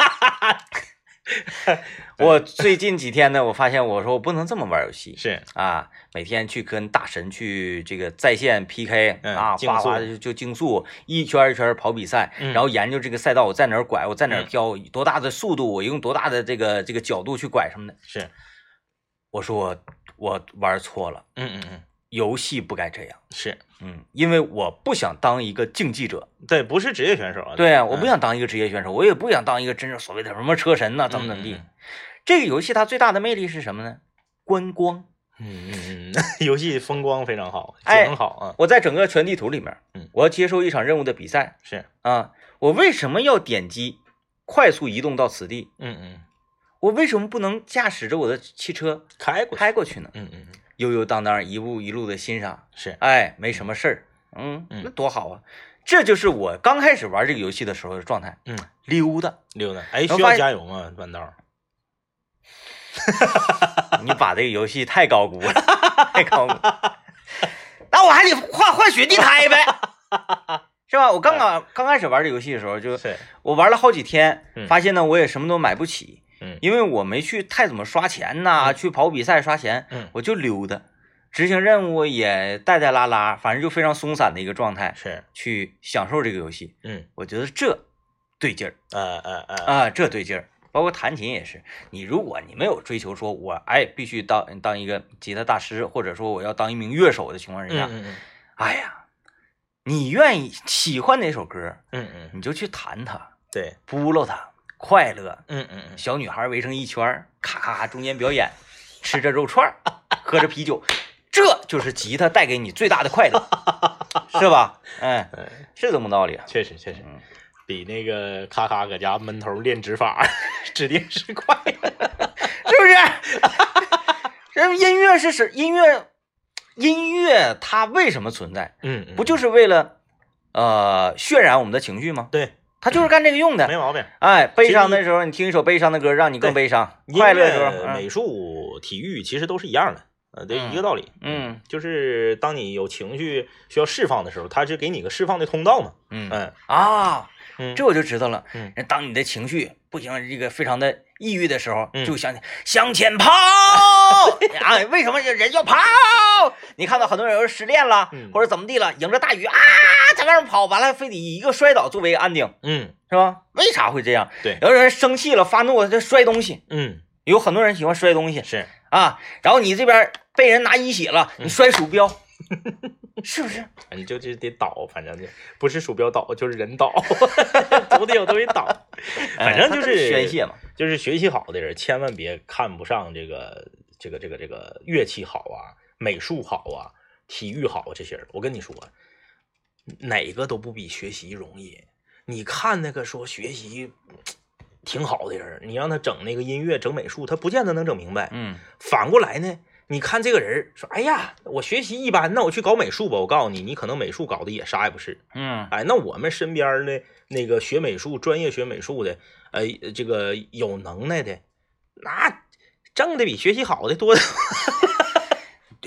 A: 我最近几天呢，我发现我说我不能这么玩游戏，
B: 是
A: 啊，每天去跟大神去这个在线 P K、
B: 嗯、
A: 啊，哗哗就就竞速，一圈一圈跑比赛、
B: 嗯，
A: 然后研究这个赛道我在哪儿拐，我在哪儿飘、嗯，多大的速度，我用多大的这个这个角度去拐什么的。
B: 是，
A: 我说我我玩错了，
B: 嗯嗯嗯，
A: 游戏不该这样，
B: 是，
A: 嗯，因为我不想当一个竞技者，
B: 对，不是职业选手啊，
A: 对啊，我不想当一个职业选手，我也不想当一个真正所谓的什么车神呐、啊，怎么怎么地。
B: 嗯
A: 这个游戏它最大的魅力是什么呢？观光。
B: 嗯嗯嗯，游戏风光非常好，景好啊、
A: 哎。我在整个全地图里面，
B: 嗯，
A: 我要接受一场任务的比赛，
B: 是
A: 啊，我为什么要点击快速移动到此地？
B: 嗯嗯，
A: 我为什么不能驾驶着我的汽车
B: 开过
A: 开过去呢？
B: 嗯嗯嗯，
A: 悠悠荡荡一步一路的欣赏，
B: 是，
A: 哎，没什么事儿，嗯，
B: 嗯
A: 那多好啊！这就是我刚开始玩这个游戏的时候的状态，
B: 嗯，
A: 溜达
B: 溜达，哎，需要加油吗？弯道。
A: 你把这个游戏太高估了，太高估。那我还得换换雪地胎呗，是吧？我刚刚刚开始玩这游戏的时候，就是我玩了好几天，发现呢我也什么都买不起，
B: 嗯，
A: 因为我没去太怎么刷钱呐，
B: 嗯、
A: 去跑比赛刷钱，
B: 嗯，
A: 我就溜达，执行任务也带带拉拉，反正就非常松散的一个状态，
B: 是
A: 去享受这个游戏。
B: 嗯，
A: 我觉得这对劲儿，
B: 呃呃呃
A: 啊，这对劲儿。包括弹琴也是，你如果你没有追求说我哎必须当当一个吉他大师，或者说我要当一名乐手的情况之下，
B: 嗯嗯，
A: 哎呀，你愿意喜欢哪首歌，
B: 嗯嗯，
A: 你就去弹它，
B: 对，
A: 扑噜它，快乐，
B: 嗯嗯嗯，
A: 小女孩围成一圈，咔咔咔中间表演，吃着肉串，喝着啤酒，这就是吉他带给你最大的快乐，是吧？哎，是这么道理啊，
B: 确实确实。
A: 嗯
B: 比那个咔咔搁家闷头练指法指定是快乐，
A: 是不是？这音乐是是音乐，音乐它为什么存在？
B: 嗯，
A: 不就是为了呃渲染我们的情绪吗？
B: 对，
A: 它就是干这个用的，
B: 没毛病。
A: 哎，悲伤的时候你听一首悲伤的歌，让你更悲伤；快乐的时候，
B: 美术、体育其实都是一样的。呃，对，一个道理，
A: 嗯，
B: 就是当你有情绪需要释放的时候，它是给你个释放的通道嘛，
A: 嗯
B: 嗯
A: 啊，
B: 嗯，
A: 这我就知道了，
B: 嗯，
A: 当你的情绪不行，这个非常的抑郁的时候，
B: 嗯，
A: 就想向前跑，啊，为什么人要跑？你看到很多人失恋了，
B: 嗯，
A: 或者怎么地了，迎着大雨啊，在外面跑，完了非得以一个摔倒作为安定，
B: 嗯，
A: 是吧？为啥会这样？
B: 对，
A: 有人生气了，发怒了，就摔东西，
B: 嗯，
A: 有很多人喜欢摔东西，
B: 是
A: 啊，然后你这边被人拿一血了，你摔鼠标，嗯、是不是？
B: 你就是得倒，反正就不是鼠标倒，就是人倒，总得有东西倒。反正就是
A: 宣泄嘛。
B: 就是学习好的人，千万别看不上这个这个这个这个乐器好啊，美术好啊，体育好啊这些人。我跟你说，哪个都不比学习容易。你看那个说学习挺好的人，你让他整那个音乐、整美术，他不见得能整明白。
A: 嗯，
B: 反过来呢，你看这个人说，哎呀，我学习一般，那我去搞美术吧。我告诉你，你可能美术搞的也啥也不是。
A: 嗯，
B: 哎，那我们身边的那个学美术、专业学美术的，呃，这个有能耐的，那挣的比学习好的多。
A: 对，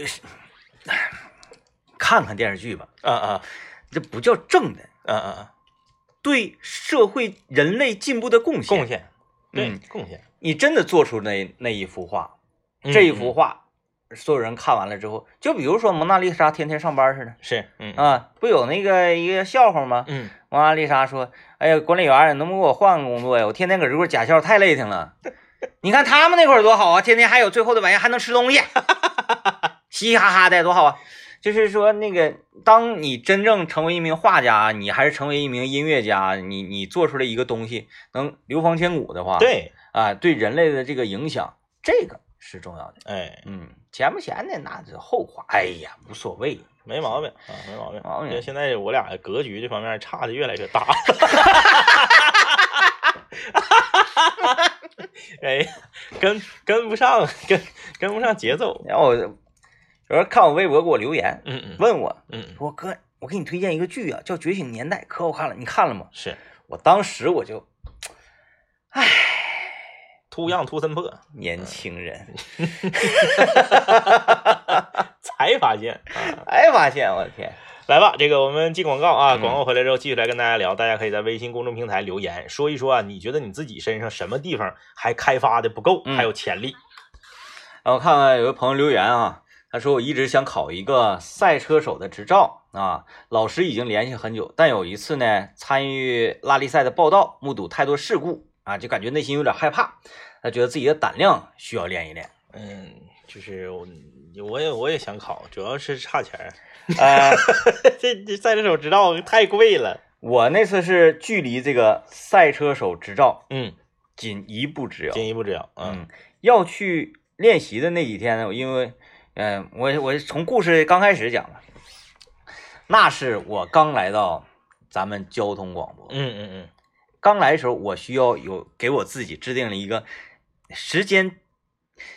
A: 看看电视剧吧。
B: 啊啊，
A: 这不叫挣的。
B: 啊啊，
A: 对社会人类进步的贡献。
B: 贡献，对，
A: 嗯，
B: 贡献。
A: 你真的做出那那一幅画，这一幅画。嗯所有人看完了之后，就比如说蒙娜丽莎天天上班似的，
B: 是，嗯
A: 啊，不有那个一个笑话吗？
B: 嗯，
A: 蒙娜丽莎说：“哎呀，管理员，能不能给我换个工作呀？我天天搁这块假笑，太累挺了。你看他们那块儿多好啊，天天还有最后的晚宴还能吃东西，嘻嘻哈哈的多好啊！就是说，那个当你真正成为一名画家，你还是成为一名音乐家，你你做出来一个东西能流芳千古的话，
B: 对
A: 啊，对人类的这个影响，这个是重要的。
B: 哎，
A: 嗯。”钱不钱的那是后话，哎呀，无所谓，
B: 没毛病啊，没毛病。
A: 毛病。
B: 现在我俩格局这方面差的越来越大。哎，跟跟不上，跟跟不上节奏。
A: 然后有人看我微博给我留言，
B: 嗯嗯，
A: 问我，
B: 嗯，
A: 说哥，我给你推荐一个剧啊，叫《觉醒年代》，可好看了，你看了吗？
B: 是
A: 我当时我就，唉。
B: 秃样秃森破，
A: 年轻人
B: 才发现，
A: 才发现，我的天！
B: 来吧，这个我们进广告啊，广告回来之后继续来跟大家聊，大家可以在微信公众平台留言，说一说啊，你觉得你自己身上什么地方还开发的不够，还有潜力。
A: 然后看看有个朋友留言啊，他说我一直想考一个赛车手的执照啊，老师已经联系很久，但有一次呢，参与拉力赛的报道，目睹太多事故啊，就感觉内心有点害怕。他觉得自己的胆量需要练一练。
B: 嗯，就是我我也我也想考，主要是差钱儿。
A: 呃，
B: 这这赛车手执照太贵了。
A: 我那次是距离这个赛车手执照，
B: 嗯，
A: 仅一步之遥。
B: 仅一步之遥。
A: 嗯，嗯要去练习的那几天呢，因为，嗯、呃，我我从故事刚开始讲了，那是我刚来到咱们交通广播。
B: 嗯嗯嗯。
A: 刚来的时候，我需要有给我自己制定了一个时间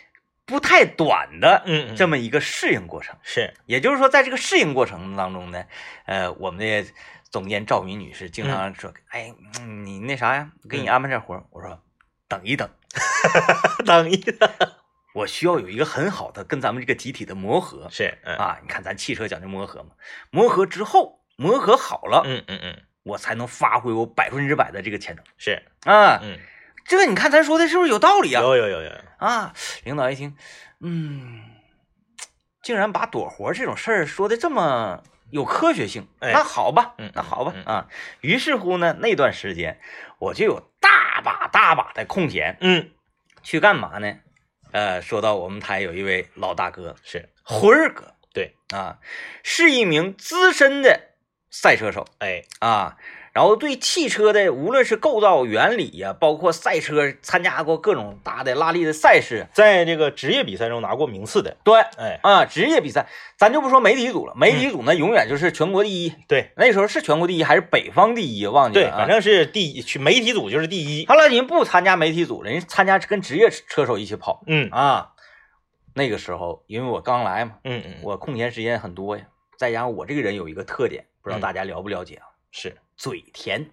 A: 不太短的
B: 嗯嗯
A: 这么一个适应过程。
B: 是，
A: 也就是说，在这个适应过程当中呢，呃，我们的总监赵敏女士经常说：“嗯、哎，你那啥呀，给你安排点活。嗯”我说：“等一等，
B: 等一等，
A: 我需要有一个很好的跟咱们这个集体的磨合。”
B: 是，嗯、
A: 啊，你看咱汽车讲究磨合嘛，磨合之后，磨合好了，
B: 嗯嗯嗯，
A: 我才能发挥我百分之百的这个潜能。
B: 是
A: 啊，
B: 嗯，
A: 这个你看咱说的是不是有道理啊？
B: 有有有有
A: 啊！领导一听，嗯，竟然把躲活这种事儿说的这么有科学性，
B: 哎、
A: 那好吧，
B: 嗯，
A: 那好吧，
B: 嗯、
A: 啊，于是乎呢，那段时间我就有大把大把的空闲，
B: 嗯，
A: 去干嘛呢？呃，说到我们台有一位老大哥，
B: 是
A: 辉儿哥，
B: 对
A: 啊，是一名资深的赛车手，
B: 哎
A: 啊。然后对汽车的无论是构造原理呀、啊，包括赛车参加过各种大的拉力的赛事，
B: 在这个职业比赛中拿过名次的。
A: 对，
B: 哎
A: 啊，职业比赛咱就不说媒体组了，媒体组呢、嗯、永远就是全国第一。
B: 对，
A: 那时候是全国第一还是北方第一，忘记了、啊。
B: 对，反正是第一，去媒体组就是第一。
A: 好了，您不参加媒体组了，人参加跟职业车手一起跑。
B: 嗯
A: 啊，那个时候因为我刚来嘛，
B: 嗯嗯，
A: 我空闲时间很多呀，再加上我这个人有一个特点，不知道大家了不了解啊？
B: 嗯、是。
A: 嘴甜，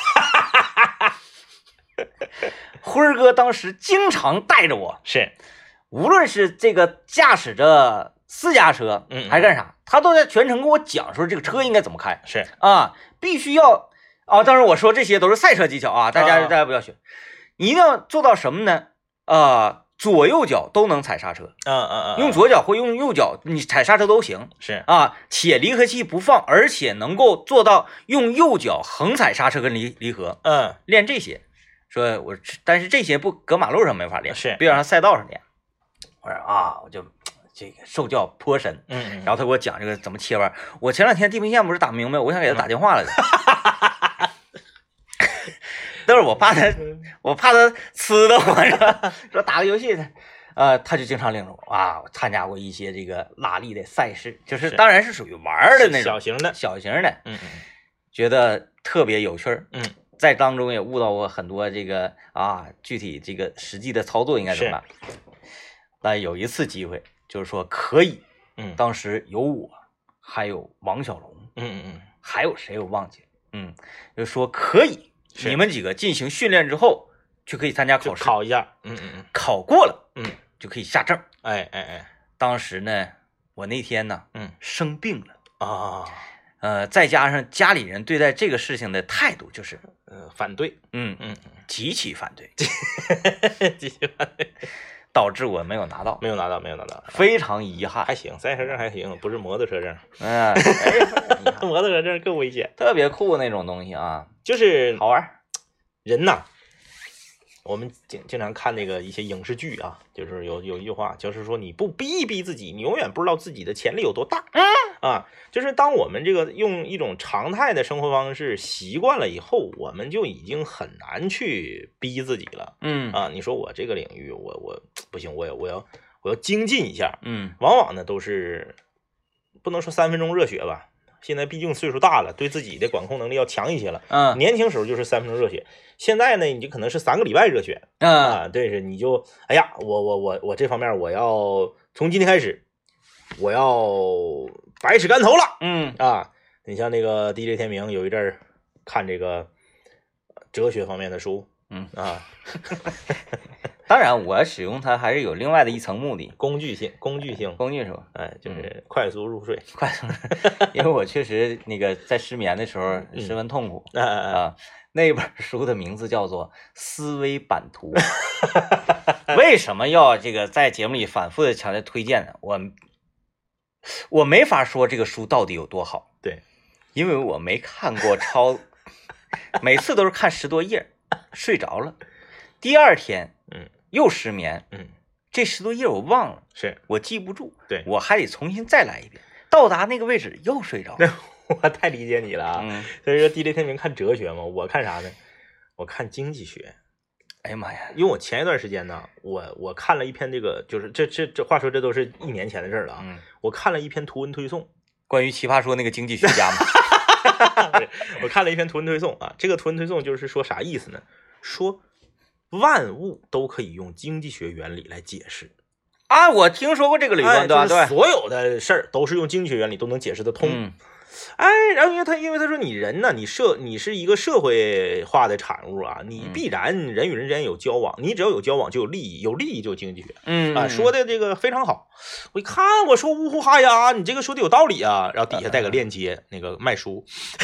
A: 辉儿哥当时经常带着我，
B: 是，
A: 无论是这个驾驶着私家车，
B: 嗯，
A: 还是干啥，他都在全程跟我讲说这个车应该怎么开，
B: 是
A: 啊，必须要啊，当然我说这些都是赛车技巧啊，大家、啊、大家不要学，你一定要做到什么呢？啊。左右脚都能踩刹车，
B: 嗯嗯嗯，
A: 用左脚或用右脚，你踩刹车都行，
B: 是
A: 啊，且离合器不放，而且能够做到用右脚横踩刹车跟离离合，
B: 嗯，
A: 练这些，说我，但是这些不搁马路上没法练，
B: 是，
A: 别让赛道上练。我说啊，我就这个受教颇深，
B: 嗯，嗯，
A: 然后他给我讲这个怎么切弯。我前两天地平线不是打不明白，我想给他打电话了的。嗯但是我怕他，我怕他呲的我，说说打个游戏的，呃，他就经常领着我啊，我参加过一些这个拉力的赛事，就是当然是属于玩的那种
B: 小型的，
A: 小型的，
B: 嗯嗯，
A: 觉得特别有趣儿，
B: 嗯，
A: 在当中也悟到过很多这个啊，具体这个实际的操作应该怎么办。但有一次机会，就是说可以，
B: 嗯，
A: 当时有我，还有王小龙，
B: 嗯嗯嗯，
A: 还有谁我忘记了，嗯，就说可以。你们几个进行训练之后，就可以参加考试，
B: 考一下，嗯嗯嗯，
A: 考过了，
B: 嗯，
A: 就可以下证。
B: 哎哎哎，
A: 当时呢，我那天呢，
B: 嗯，
A: 生病了
B: 啊，
A: 呃，再加上家里人对待这个事情的态度就是，
B: 呃，反对，
A: 嗯嗯，极其反对，
B: 极其反对，
A: 导致我没有拿到，
B: 没有拿到，没有拿到，
A: 非常遗憾。
B: 还行，赛车证还行，不是摩托车证，
A: 嗯，
B: 摩托车证更危险，
A: 特别酷那种东西啊。
B: 就是
A: 好玩，
B: 人呐，我们经经常看那个一些影视剧啊，就是有有一句话，就是说你不逼一逼自己，你永远不知道自己的潜力有多大。
A: 嗯
B: 啊，就是当我们这个用一种常态的生活方式习惯了以后，我们就已经很难去逼自己了。
A: 嗯
B: 啊，你说我这个领域，我我不行，我要我要我要精进一下。
A: 嗯，
B: 往往呢都是不能说三分钟热血吧。现在毕竟岁数大了，对自己的管控能力要强一些了。
A: 嗯，
B: 年轻时候就是三分钟热血，现在呢，你就可能是三个礼拜热血。
A: 嗯
B: 啊，对，是你就哎呀，我我我我这方面我要从今天开始，我要百尺竿头了。
A: 嗯
B: 啊，你像那个 D J 天明有一阵儿看这个哲学方面的书，
A: 嗯
B: 啊，
A: 当然我使用它还是有另外的一层目的，
B: 工具性，工具性，
A: 工具是吧？
B: 哎，就是快速入睡，
A: 快速，因为我确实那个在失眠的时候十分痛苦、
B: 嗯、
A: 啊。那本书的名字叫做《思维版图》，为什么要这个在节目里反复的强烈推荐呢？我我没法说这个书到底有多好，
B: 对，
A: 因为我没看过超，每次都是看十多页，睡着了，第二天，
B: 嗯，
A: 又失眠，
B: 嗯，
A: 这十多页我忘了，
B: 是
A: 我记不住，
B: 对，
A: 我还得重新再来一遍，到达那个位置又睡着了。
B: 我太理解你了啊！
A: 嗯，
B: 所以说 D J 天明看哲学嘛，我看啥呢？我看经济学。
A: 哎呀妈呀！
B: 因为我前一段时间呢，我我看了一篇这个，就是这这这话说这都是一年前的事儿了啊。
A: 嗯，
B: 我看了一篇图文推送，
A: 关于奇葩说那个经济学家嘛。
B: 我看了一篇图文推送啊，这个图文推送就是说啥意思呢？说万物都可以用经济学原理来解释。
A: 啊，我听说过这个理论，
B: 哎、
A: 对吧？对，
B: 就是所有的事儿都是用经济学原理都能解释得通。
A: 嗯
B: 哎，然后因为他因为他说你人呢，你社你是一个社会化的产物啊，你必然人与人之间有交往，你只要有交往就有利益，有利益就有经济学。
A: 嗯
B: 啊，说的这个非常好。我一看，我说呜呼哈呀，你这个说的有道理啊。然后底下带个链接，那个卖书，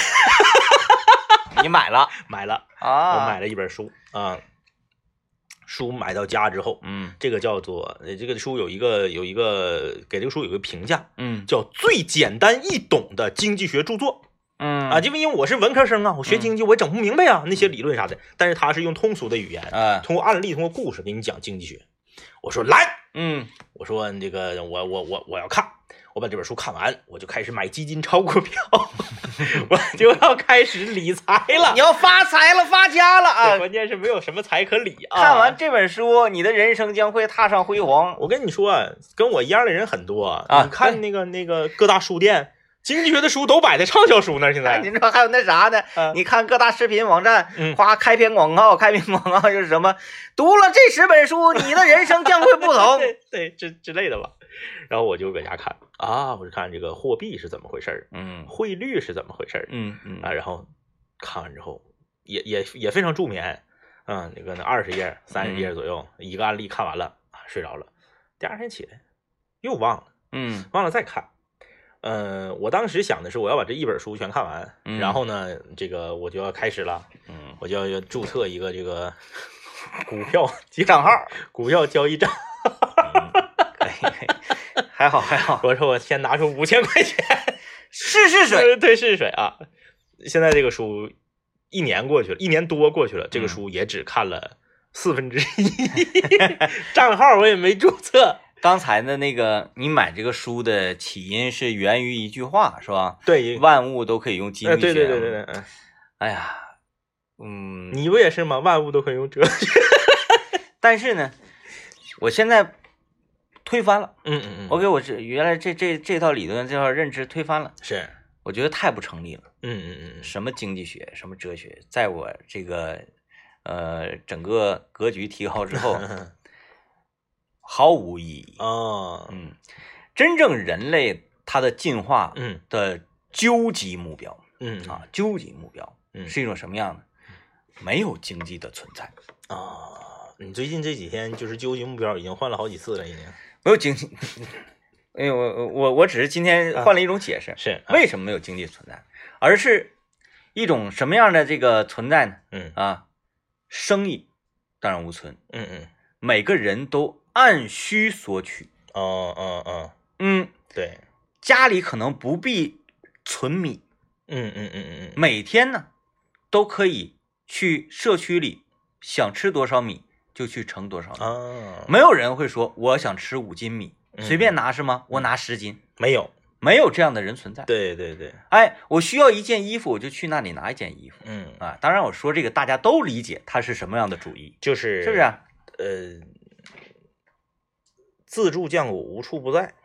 A: 你买了
B: 买了，
A: 啊？
B: 我买了一本书啊。书买到家之后，
A: 嗯
B: 这个叫做呃，这个书有一个有一个给这个书有一个评价，
A: 嗯
B: 叫最简单易懂的经济学著作。
A: 嗯
B: 啊，因为因为我是文科生啊，我学经济我也整不明白啊那些理论啥的，但是他是用通俗的语言，
A: 啊
B: 通过案例，通过故事给你讲经济学。我说来，
A: 嗯
B: 我说这个我我我我要看，我把这本书看完，我就开始买基金炒股票，我就要开始理财了
A: 你。要发财了，发家了啊！
B: 关键是没有什么财可理啊。
A: 看完这本书，你的人生将会踏上辉煌。
B: 我跟你说啊，跟我一样的人很多
A: 啊
B: 你看那个那个各大书店，经济学的书都摆在畅销书那儿。现在，
A: 你说还有那啥呢？
B: 啊
A: 你看各大视频网站，
B: 嗯
A: 夸开篇广告，开篇广告就是什么？读了这十本书，你的人生将会不同。
B: 对对之之类的吧。然后我就搁家看啊，我就看这个货币是怎么回事儿，
A: 嗯
B: 汇率是怎么回事儿
A: 嗯嗯
B: 啊。然后看完之后，也也也非常助眠。嗯，那个那二十页、三十页左右，一个案例看完了啊，睡着了。第二天起来又忘了，
A: 嗯
B: 忘了再看。嗯，我当时想的是我要把这一本书全看完，
A: 嗯
B: 然后呢，这个我就要开始了，
A: 嗯，
B: 我就要要注册一个这个股票
A: 账号
B: 股票交易账。
A: 可以可以，还好还好，
B: 我说我先拿出五千块钱
A: 试试水。
B: 对，试试水啊。现在这个书一年过去了，一年多过去了，这个书也只看了四分之一，账号我也没注册。
A: 刚才的那个，你买这个书的起因是源于一句话，是吧？
B: 对，
A: 万物都可以用经济学。
B: 对对对对对，嗯，
A: 哎呀，嗯，
B: 你不也是吗？万物都可以用哲学。
A: 但是呢，我现在推翻了。
B: 嗯嗯嗯，
A: 我给我这原来这这这套理论这套认知推翻了，
B: 是，
A: 我觉得太不成立了。
B: 嗯嗯嗯，
A: 什么经济学，什么哲学，在我这个呃整个格局提高之后，毫无意义。
B: 哦，
A: 嗯，真正人类它的进化
B: 嗯
A: 的究极目标
B: 嗯
A: 啊，究极目标
B: 嗯
A: 是一种什么样的？没有经济的存在，
B: 啊，你最近这几天就是究极目标已经换了好几次了，已经
A: 没有经济。哎呦，我我我只是今天换了一种解释，
B: 是
A: 为什么没有经济存在，而是一种什么样的这个存在呢？
B: 嗯
A: 啊，生意当然无存，
B: 嗯嗯，
A: 每个人都按需索取。
B: 哦哦哦，
A: 嗯，
B: 对，
A: 家里可能不必存米，
B: 嗯嗯嗯嗯嗯，
A: 每天呢都可以去社区里想吃多少米就去盛多少米，
B: 啊，
A: 没有人会说我想吃五斤米，
B: 嗯
A: 随便拿是吗？我拿十斤，
B: 没有，
A: 没有这样的人存在。
B: 对对对，
A: 哎，我需要一件衣服，我就去那里拿一件衣服
B: 嗯，
A: 啊。当然，我说这个大家都理解它是什么样的主义，
B: 就是
A: 是不是啊？
B: 呃，自助酱骨无处不在，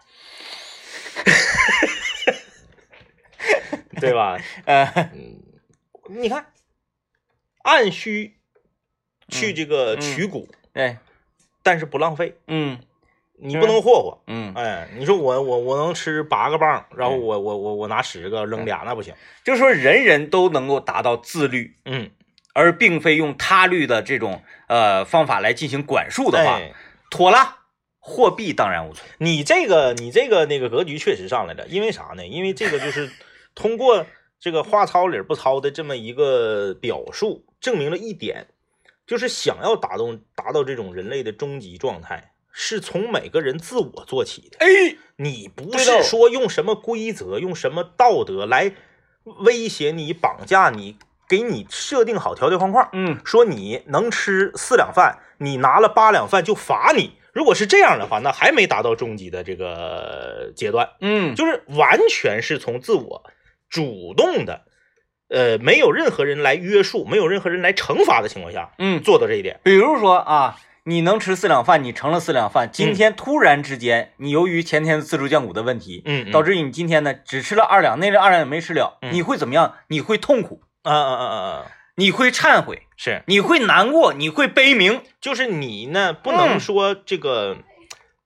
B: 对吧？
A: 呃，
B: 嗯，你看，按需去这个
A: 嗯
B: 取骨，
A: 对，
B: 但是不浪费，
A: 嗯
B: 你不能霍霍。
A: 嗯，
B: 哎，你说我我我能吃八个棒，然后我我我我拿十个扔俩，那不行。
A: 就是说人人都能够达到自律，
B: 嗯，
A: 而并非用他律的这种呃方法来进行管束的话，
B: 哎
A: 妥了。货币当然无存。
B: 你这个你这个那个格局确实上来了，因为啥呢？因为这个就是通过这个话糙理不糙的这么一个表述，证明了一点，就是想要达到达到这种人类的终极状态，是从每个人自我做起的。
A: 哎，
B: 你不
A: 对的
B: 是说用什么规则、用什么道德来威胁你、绑架你，给你设定好条条框框，
A: 嗯，
B: 说你能吃四两饭，你拿了八两饭就罚你。如果是这样的话，那还没达到终极的这个阶段，
A: 嗯，
B: 就是完全是从自我主动的，呃，没有任何人来约束，没有任何人来惩罚的情况下，
A: 嗯，
B: 做到这一点。
A: 比如说啊，你能吃四两饭，你盛了四两饭，今天突然之间，你由于前天的自助酱骨的问题，
B: 嗯，
A: 导致你今天呢只吃了二两，那个二两也没吃了，
B: 嗯
A: 你会怎么样？你会痛苦，
B: 啊啊啊啊啊，
A: 你会忏悔，
B: 是，
A: 你会难过，你会悲鸣。
B: 就是你呢，不能说这个。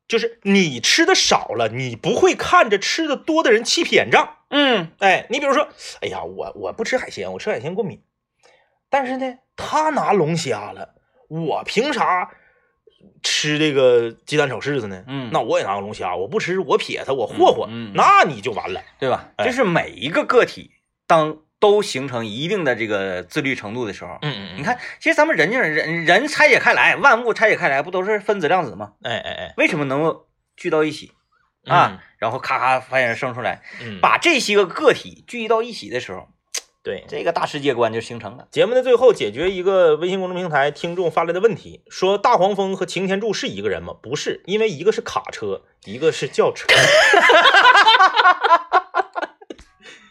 B: 就是你吃的少了，你不会看着吃的多的人起偏仗。
A: 嗯，
B: 哎，你比如说，哎呀，我我不吃海鲜，我吃海鲜过敏，但是呢，他拿龙虾了，我凭啥吃这个鸡蛋炒柿子呢？
A: 嗯
B: 那我也拿个龙虾，我不吃，我撇它，我霍霍，
A: 嗯嗯嗯
B: 那你就完了。
A: 对吧？
B: 哎
A: 就是每一个个体当都形成一定的这个自律程度的时候，
B: 嗯嗯嗯，
A: 你看，其实咱们人就是人人拆解开来，万物拆解开来，不都是分子量子吗？
B: 哎哎哎，
A: 为什么能够聚到一起啊？然后咔咔发现生出来，
B: 嗯，
A: 把这些个个体聚集到一起的时候，
B: 对。
A: 这个大世界观就形成了。
B: 节目的最后，解决一个微信公众平台听众发来的问题，说大黄蜂和擎天柱是一个人吗？不是，因为一个是卡车，一个是轿车。